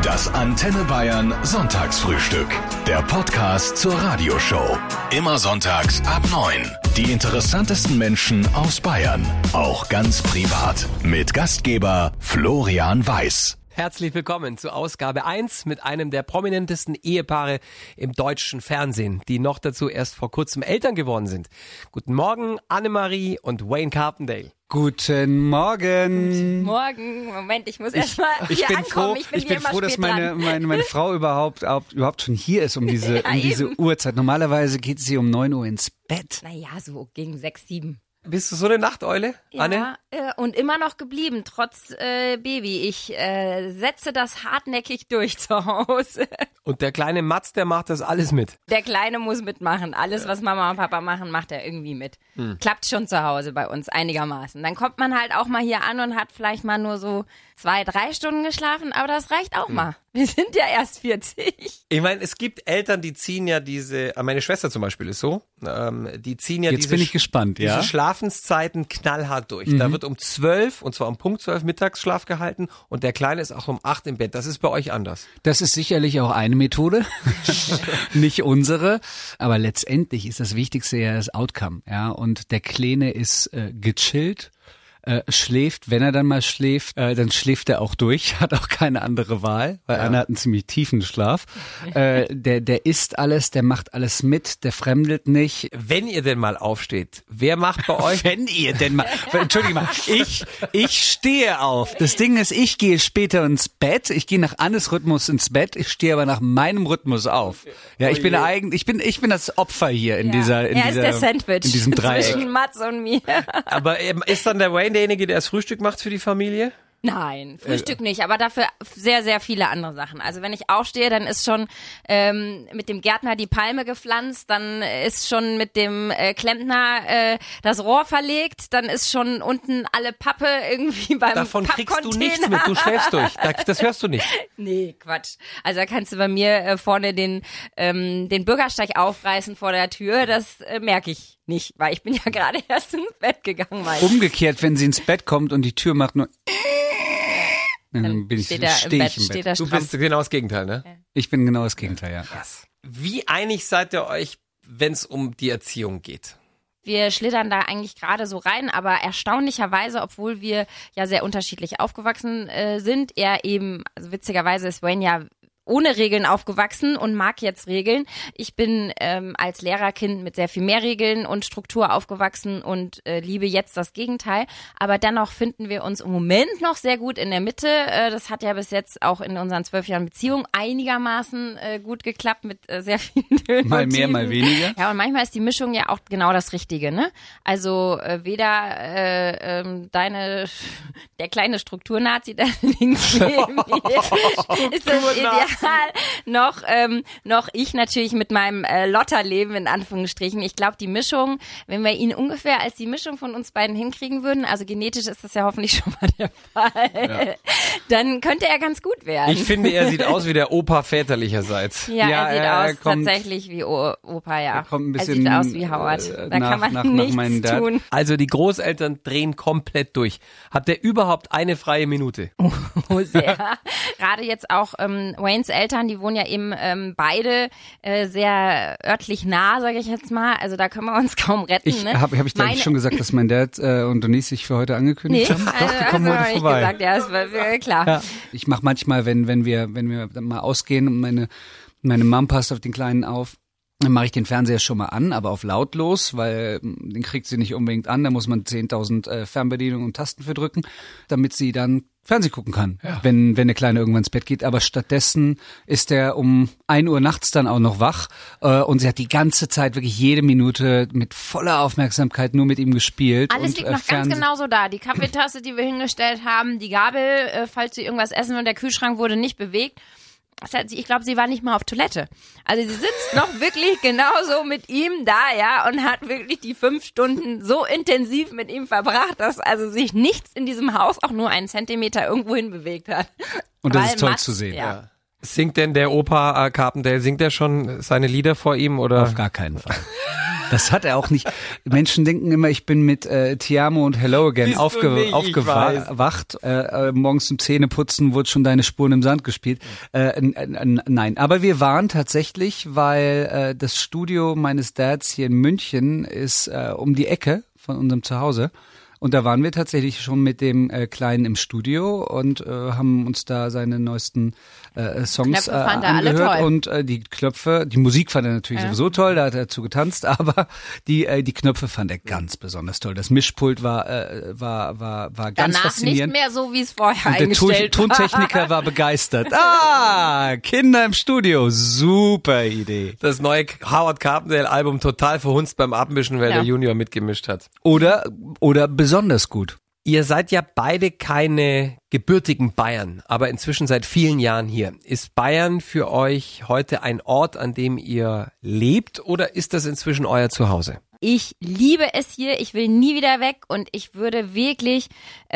Das Antenne Bayern Sonntagsfrühstück. Der Podcast zur Radioshow. Immer sonntags ab 9. Die interessantesten Menschen aus Bayern. Auch ganz privat. Mit Gastgeber Florian Weiß. Herzlich willkommen zu Ausgabe 1 mit einem der prominentesten Ehepaare im deutschen Fernsehen, die noch dazu erst vor kurzem Eltern geworden sind. Guten Morgen, Annemarie und Wayne Carpendale. Guten Morgen. Morgen. Moment, ich muss erst mal hier ankommen. Ich bin froh, dass meine Frau überhaupt schon hier ist um diese Uhrzeit. Normalerweise geht sie um 9 Uhr ins Bett. Naja, so gegen 6, 7. Bist du so eine Nachteule, Anne? Ja, und immer noch geblieben, trotz Baby. Ich setze das hartnäckig durch zu Hause. Und der kleine Mats, der macht das alles mit. Der Kleine muss mitmachen. Alles, was Mama und Papa machen, macht er irgendwie mit. Klappt schon zu Hause bei uns einigermaßen. Dann kommt man halt auch mal hier an und hat vielleicht mal nur so 2, 3 Stunden geschlafen, aber das reicht auch mal. Wir sind ja erst 40. Ich meine, es gibt Eltern, die ziehen ja meine Schwester zum Beispiel ist so, die ziehen ja Jetzt bin ich gespannt, diese Schlafenszeiten knallhart durch. Da wird um 12, und zwar um Punkt 12 Mittagsschlaf gehalten und der Kleine ist auch um 8 im Bett. Das ist bei euch anders. Das ist sicherlich auch eine Methode, nicht unsere, aber letztendlich ist das Wichtigste ja das Outcome, ja, und der Kleine ist gechillt. Schläft, wenn er dann mal schläft, dann schläft er auch durch, hat auch keine andere Wahl, weil Anna hat einen ziemlich tiefen Schlaf. Der isst alles, der macht alles mit, der fremdelt nicht. Wenn ihr denn mal aufsteht, wer macht bei euch? Wenn ihr denn mal, Entschuldigung mal, ich stehe auf. Das Ding ist, ich gehe später ins Bett, ich gehe nach Annes Rhythmus ins Bett, ich stehe aber nach meinem Rhythmus auf. Ja, ich bin das Opfer hier in ist der Sandwich in diesem Dreieck. zwischen Mats und mir. Aber ist dann der Wayne derjenige, der das Frühstück macht für die Familie? Nein, Frühstück nicht, aber dafür sehr, sehr viele andere Sachen. Also wenn ich aufstehe, dann ist schon mit dem Gärtner die Palme gepflanzt, dann ist schon mit dem Klempner das Rohr verlegt, dann ist schon unten alle Pappe irgendwie beim Davon kriegst du nichts mit, du schläfst durch. Das hörst du nicht. Nee, Quatsch. Also da kannst du bei mir vorne den Bürgersteig aufreißen vor der Tür, das merke ich nicht, weil ich bin ja gerade erst ins Bett gegangen. Umgekehrt, wenn sie ins Bett kommt und die Tür macht nur dann steht er im Bett. Du bist genau das Gegenteil, ne? Ich bin genau das Gegenteil, ja. Yes. Wie einig seid ihr euch, wenn es um die Erziehung geht? Wir schlittern da eigentlich gerade so rein, aber erstaunlicherweise, obwohl wir ja sehr unterschiedlich aufgewachsen sind, er eben, also witzigerweise ist Wayne ja ohne Regeln aufgewachsen und mag jetzt Regeln. Ich bin als Lehrerkind mit sehr viel mehr Regeln und Struktur aufgewachsen und liebe jetzt das Gegenteil. Aber dennoch finden wir uns im Moment noch sehr gut in der Mitte. Das hat ja bis jetzt auch in unseren 12 Jahren Beziehung einigermaßen gut geklappt mit sehr vielen Höhen Mal und mehr, Tiefen. mal weniger. Ja, und manchmal ist die Mischung ja auch genau das Richtige, ne? Also weder der kleine Strukturnazi, der links neben mir ist das ideal. Noch ich natürlich mit meinem Lotterleben in Anführungsstrichen. Ich glaube, die Mischung, wenn wir ihn ungefähr als die Mischung von uns beiden hinkriegen würden, also genetisch ist das ja hoffentlich schon mal der Fall, dann könnte er ganz gut werden. Ich finde, er sieht aus wie der Opa väterlicherseits. Ja, er sieht aus tatsächlich wie Opa, ja. Er sieht aus wie Howard. Da kann man nichts tun. Also die Großeltern drehen komplett durch. Habt ihr überhaupt eine freie Minute? Oh, sehr. Gerade jetzt auch Waynes Eltern, die wohnen ja eben beide sehr örtlich nah, sage ich jetzt mal. Also da können wir uns kaum retten. Hab ich dir eigentlich schon gesagt, dass mein Dad und Denise sich für heute angekündigt haben? Doch, die kommen heute vorbei. Gesagt, ja, das war klar. Ja. Ich mache manchmal, wenn wir dann mal ausgehen und meine Mom passt auf den Kleinen auf, dann mache ich den Fernseher schon mal an, aber auf lautlos, weil den kriegt sie nicht unbedingt an. Da muss man 10.000 Fernbedienungen und Tasten für drücken, damit sie dann Fernsehen gucken kann, wenn der Kleine irgendwann ins Bett geht. Aber stattdessen ist er um 1 Uhr nachts dann auch noch wach und sie hat die ganze Zeit, wirklich jede Minute mit voller Aufmerksamkeit nur mit ihm gespielt. Alles und, liegt noch ganz genauso da. Die Kaffeetasse, die wir hingestellt haben, die Gabel, falls sie irgendwas essen und der Kühlschrank wurde nicht bewegt. Ich glaube, sie war nicht mal auf Toilette. Also sie sitzt noch wirklich genauso mit ihm da, ja, und hat wirklich die 5 Stunden so intensiv mit ihm verbracht, dass also sich nichts in diesem Haus auch nur einen Zentimeter irgendwohin bewegt hat. Und das ist toll zu sehen. Ja. Singt denn der Opa Carpendale, singt er schon seine Lieder vor ihm, oder? Auf gar keinen Fall. Das hat er auch nicht. Menschen denken immer, ich bin mit Ti amo und Hello Again aufgewacht. Morgens zum Zähneputzen wurde schon Deine Spuren im Sand gespielt. Nein, aber wir waren tatsächlich, weil das Studio meines Dads hier in München ist um die Ecke von unserem Zuhause. Und da waren wir tatsächlich schon mit dem Kleinen im Studio und haben uns da seine neuesten Songs angehört. Und die Musik fand er natürlich sowieso toll, da hat er dazu getanzt, aber die Knöpfe fand er ganz besonders toll. Das Mischpult war ganz danach faszinierend. Nicht mehr so, wie es vorher und eingestellt war. Der Tontechniker war begeistert. Kinder im Studio, super Idee. Das neue Howard Carpendale-Album total verhunzt beim Abmischen, weil der Junior mitgemischt hat. Oder besonders gut. Ihr seid ja beide keine gebürtigen Bayern, aber inzwischen seit vielen Jahren hier. Ist Bayern für euch heute ein Ort, an dem ihr lebt, oder ist das inzwischen euer Zuhause? Ich liebe es hier, ich will nie wieder weg und ich würde wirklich,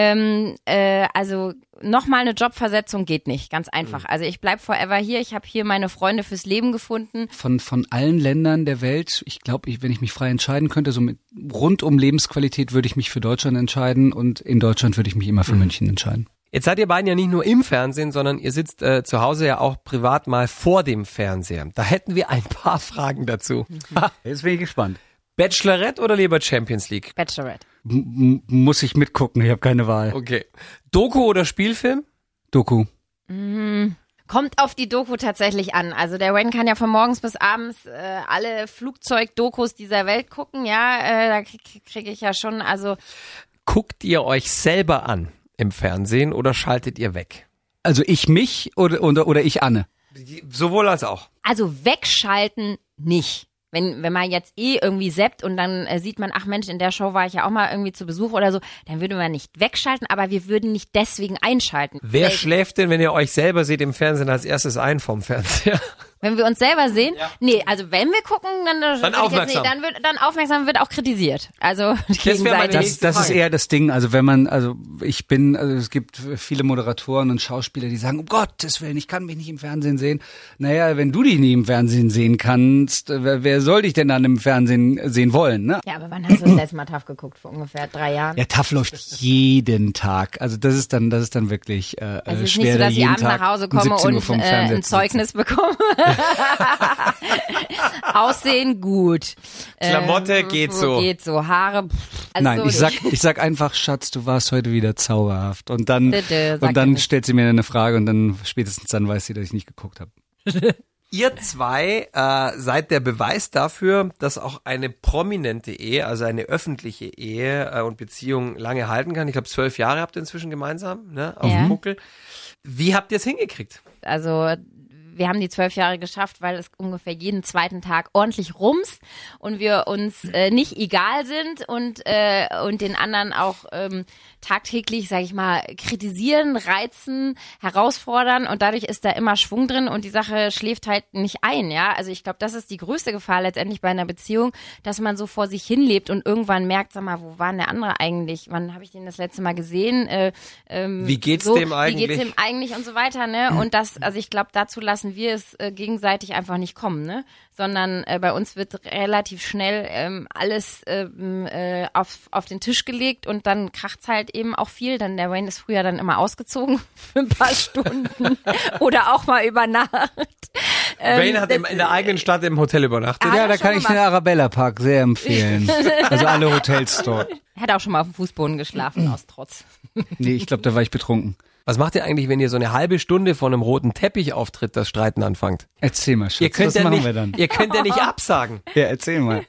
also nochmal eine Jobversetzung geht nicht, ganz einfach. Also ich bleib forever hier, ich habe hier meine Freunde fürs Leben gefunden. Von allen Ländern der Welt, ich glaube, wenn ich mich frei entscheiden könnte, so mit rund um Lebensqualität würde ich mich für Deutschland entscheiden und in Deutschland würde ich mich immer für München entscheiden. Jetzt seid ihr beiden ja nicht nur im Fernsehen, sondern ihr sitzt zu Hause ja auch privat mal vor dem Fernseher. Da hätten wir ein paar Fragen dazu. Jetzt bin ich gespannt. Bachelorette oder lieber Champions League? Bachelorette. Muss ich mitgucken, ich habe keine Wahl. Okay. Doku oder Spielfilm? Doku. Kommt auf die Doku tatsächlich an. Also der Wayne kann ja von morgens bis abends alle Flugzeugdokus dieser Welt gucken. Ja, da kriege ich ja schon, also. Guckt ihr euch selber an im Fernsehen oder schaltet ihr weg? Also ich mich oder ich Anne? Sowohl als auch. Also wegschalten nicht. Wenn man jetzt irgendwie zappt und dann sieht man, ach Mensch, in der Show war ich ja auch mal irgendwie zu Besuch oder so, dann würde man nicht wegschalten, aber wir würden nicht deswegen einschalten. Wer schläft denn, wenn ihr euch selber seht im Fernsehen, als erstes ein vom Fernseher? Wenn wir uns selber sehen? Ja. Nee, also wenn wir gucken, dann aufmerksam. Dann aufmerksam wird auch kritisiert. Also das ist eher das Ding. Also es gibt viele Moderatoren und Schauspieler, die sagen, um Gottes Willen, ich kann mich nicht im Fernsehen sehen. Naja, wenn du dich nie im Fernsehen sehen kannst, wer soll dich denn dann im Fernsehen sehen wollen, ne? Ja, aber wann hast du das letzte Mal TAF geguckt? Vor ungefähr 3 Jahren? Ja, TAF läuft jeden Tag. Also das ist dann wirklich also schwer, nicht so, dass ich abends nach Hause komme und ein Zeugnis bekomme. Aussehen gut. Klamotte geht so. Geht so. Haare. Also nein, so ich sag einfach, Schatz, du warst heute wieder zauberhaft. Und dann stellt sie mir eine Frage und dann spätestens dann weiß sie, dass ich nicht geguckt habe. Ihr zwei seid der Beweis dafür, dass auch eine prominente Ehe, also eine öffentliche Ehe und Beziehung lange halten kann. Ich glaube, 12 Jahre habt ihr inzwischen gemeinsam, ne, auf dem Buckel. Wie habt ihr es hingekriegt? Also wir haben die 12 Jahre geschafft, weil es ungefähr jeden zweiten Tag ordentlich rumst und wir uns nicht egal sind und den anderen auch tagtäglich, sage ich mal, kritisieren, reizen, herausfordern und dadurch ist da immer Schwung drin und die Sache schläft halt nicht ein, ja. Also ich glaube, das ist die größte Gefahr letztendlich bei einer Beziehung, dass man so vor sich hin lebt und irgendwann merkt, sag mal, wo war denn der andere eigentlich? Wann habe ich den das letzte Mal gesehen? Wie geht's dem eigentlich? Wie geht's dem eigentlich und so weiter, ne? Und das, also ich glaube, dazu lassen wir es gegenseitig einfach nicht kommen, ne? Sondern bei uns wird relativ schnell alles auf den Tisch gelegt und dann kracht's halt eben auch viel. Dann der Wayne ist früher dann immer ausgezogen für ein paar Stunden oder auch mal über Nacht. Wayne hat in der eigenen Stadt im Hotel übernachtet. Ja, da kann ich den Arabella Park sehr empfehlen. Also alle Hotels dort. Er hat auch schon mal auf dem Fußboden geschlafen aus Trotz. Nee, ich glaube, da war ich betrunken. Was macht ihr eigentlich, wenn ihr so eine halbe Stunde vor einem roten Teppich auftritt, das Streiten anfangt? Erzähl mal, Schatz, was machen wir dann? Ihr könnt ja nicht absagen. Ja, erzähl mal.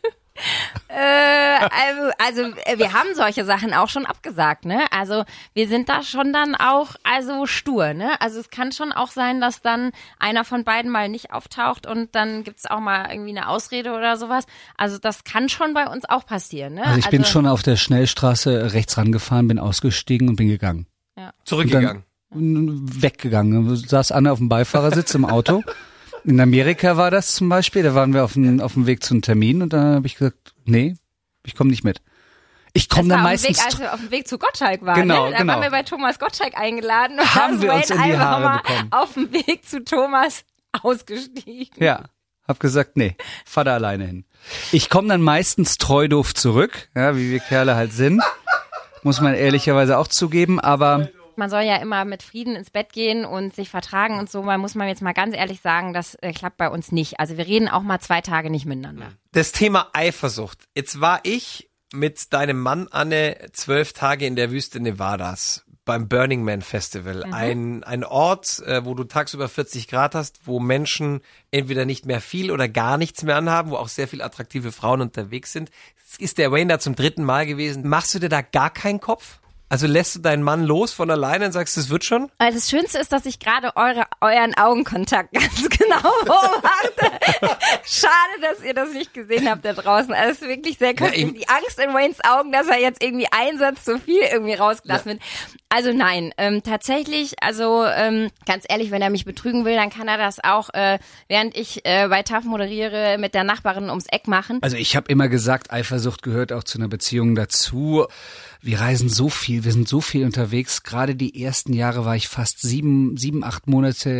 Also wir haben solche Sachen auch schon abgesagt, ne? Also wir sind da schon dann auch stur, ne? Also es kann schon auch sein, dass dann einer von beiden mal nicht auftaucht und dann gibt's auch mal irgendwie eine Ausrede oder sowas. Also das kann schon bei uns auch passieren, ne? Also ich bin schon auf der Schnellstraße rechts rangefahren, bin ausgestiegen und bin gegangen. Ja. Zurückgegangen. Weggegangen. Da saß Anne auf dem Beifahrersitz im Auto. In Amerika war das zum Beispiel, da waren wir auf dem Weg zu einem Termin und dann habe ich gesagt, nee, ich komme nicht mit. Ich komme dann meistens... Als wir auf dem Weg zu Gottschalk waren, genau, ne? Da waren wir bei Thomas Gottschalk eingeladen und haben wir uns in die Haare bekommen. Auf dem Weg zu Thomas ausgestiegen. Ja, Hab gesagt, nee, fahr da alleine hin. Ich komme dann meistens treu doof zurück, ja, wie wir Kerle halt sind. Muss man ehrlicherweise auch zugeben, aber... Man soll ja immer mit Frieden ins Bett gehen und sich vertragen und so. Muss man jetzt mal ganz ehrlich sagen, das klappt bei uns nicht. Also wir reden auch mal 2 Tage nicht miteinander. Das Thema Eifersucht. Jetzt war ich mit deinem Mann, Anne, 12 Tage in der Wüste Nevadas beim Burning Man Festival. Ein Ort, wo du tagsüber 40 Grad hast, wo Menschen entweder nicht mehr viel oder gar nichts mehr anhaben, wo auch sehr viele attraktive Frauen unterwegs sind. Ist der Wayne da zum 3. Mal gewesen. Machst du dir da gar keinen Kopf? Also lässt du deinen Mann los von alleine und sagst, das wird schon? Also das Schönste ist, dass ich gerade euren Augenkontakt ganz genau beobachte. Schade, dass ihr das nicht gesehen habt da draußen. Also es ist wirklich sehr köstlich. Die Angst in Waynes Augen, dass er jetzt irgendwie einen Satz zu viel irgendwie rausgelassen wird. Also nein, tatsächlich, also ganz ehrlich, wenn er mich betrügen will, dann kann er das auch, während ich bei TAF moderiere, mit der Nachbarin ums Eck machen. Also ich habe immer gesagt, Eifersucht gehört auch zu einer Beziehung dazu. Wir reisen so viel, wir sind so viel unterwegs. Gerade die ersten Jahre war ich fast 7, 8 Monate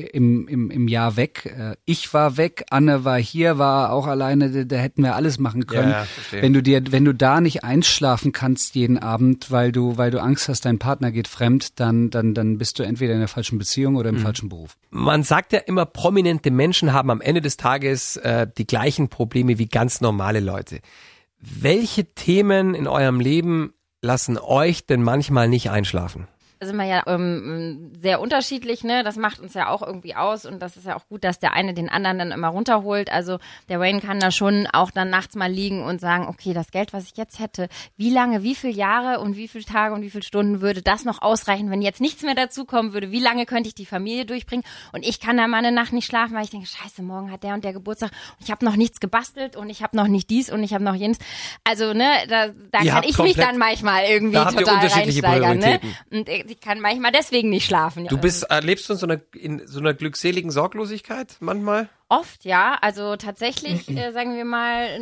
im Jahr weg. Ich war weg, Anne war hier, war auch alleine, da hätten wir alles machen können. Ja, verstehe. Wenn du da nicht einschlafen kannst jeden Abend, weil du Angst hast, dein Partner geht fremd, dann bist du entweder in der falschen Beziehung oder im falschen Beruf. Man sagt ja immer, prominente Menschen haben am Ende des Tages die gleichen Probleme wie ganz normale Leute. Welche Themen in eurem Leben lassen euch denn manchmal nicht einschlafen? Da sind wir ja sehr unterschiedlich, ne? Das macht uns ja auch irgendwie aus und das ist ja auch gut, dass der eine den anderen dann immer runterholt. Also der Wayne kann da schon auch dann nachts mal liegen und sagen, okay, das Geld, was ich jetzt hätte, wie lange, wie viele Jahre und wie viele Tage und wie viele Stunden würde das noch ausreichen, wenn jetzt nichts mehr dazukommen würde? Wie lange könnte ich die Familie durchbringen? Und ich kann da mal eine Nacht nicht schlafen, weil ich denke, scheiße, morgen hat der und der Geburtstag und ich habe noch nichts gebastelt und ich habe noch nicht dies und ich habe noch jenes. Also ne, da kann ich mich dann manchmal irgendwie total reinsteigern. Ne? Und ich kann manchmal deswegen nicht schlafen. Du lebst du in so einer glückseligen Sorglosigkeit manchmal? Oft, ja. Also tatsächlich, sagen wir mal,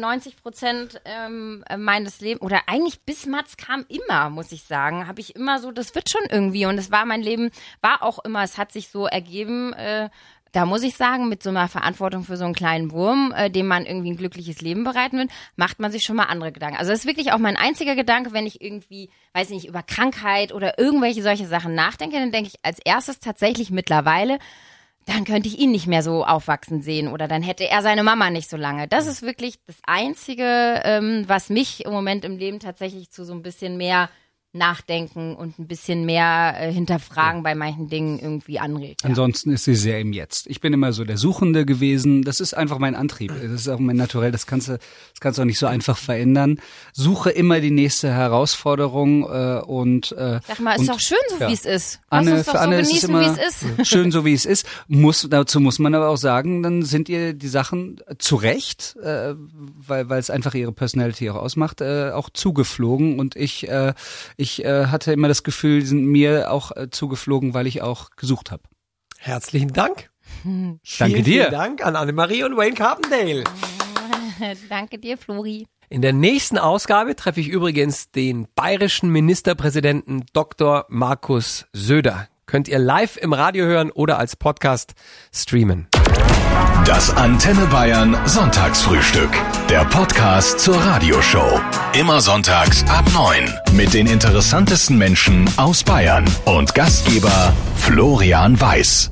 90% meines Lebens, oder eigentlich bis Mats kam immer, muss ich sagen, habe ich immer so, das wird schon irgendwie. Und es war mein Leben, war auch immer, es hat sich so ergeben, da muss ich sagen, mit so einer Verantwortung für so einen kleinen Wurm, dem man irgendwie ein glückliches Leben bereiten will, macht man sich schon mal andere Gedanken. Also das ist wirklich auch mein einziger Gedanke, wenn ich irgendwie, weiß nicht, über Krankheit oder irgendwelche solche Sachen nachdenke, dann denke ich als erstes tatsächlich mittlerweile, dann könnte ich ihn nicht mehr so aufwachsen sehen oder dann hätte er seine Mama nicht so lange. Das ist wirklich das Einzige, was mich im Moment im Leben tatsächlich zu so ein bisschen mehr Nachdenken und ein bisschen mehr hinterfragen bei manchen Dingen irgendwie anregt. Ja. Ansonsten ist sie sehr im Jetzt. Ich bin immer so der Suchende gewesen. Das ist einfach mein Antrieb. Das ist auch mein Naturell. Das kannst du auch nicht so einfach verändern. Suche immer die nächste Herausforderung Sag mal, ist doch schön so, wie es ist. Lass uns doch so genießen, wie es ist. Schön so, wie es ist. Dazu muss man aber auch sagen, dann sind ihr die Sachen zu Recht, weil es einfach ihre Personality auch ausmacht, auch zugeflogen. Und ich hatte immer das Gefühl, die sind mir auch zugeflogen, weil ich auch gesucht habe. Herzlichen Dank. Danke dir. Vielen Dank an Annemarie und Wayne Carpendale. Danke dir, Flori. In der nächsten Ausgabe treffe ich übrigens den bayerischen Ministerpräsidenten Dr. Markus Söder. Könnt ihr live im Radio hören oder als Podcast streamen. Das Antenne Bayern Sonntagsfrühstück. Der Podcast zur Radioshow. Immer sonntags ab 9. Mit den interessantesten Menschen aus Bayern. Und Gastgeber Florian Weiß.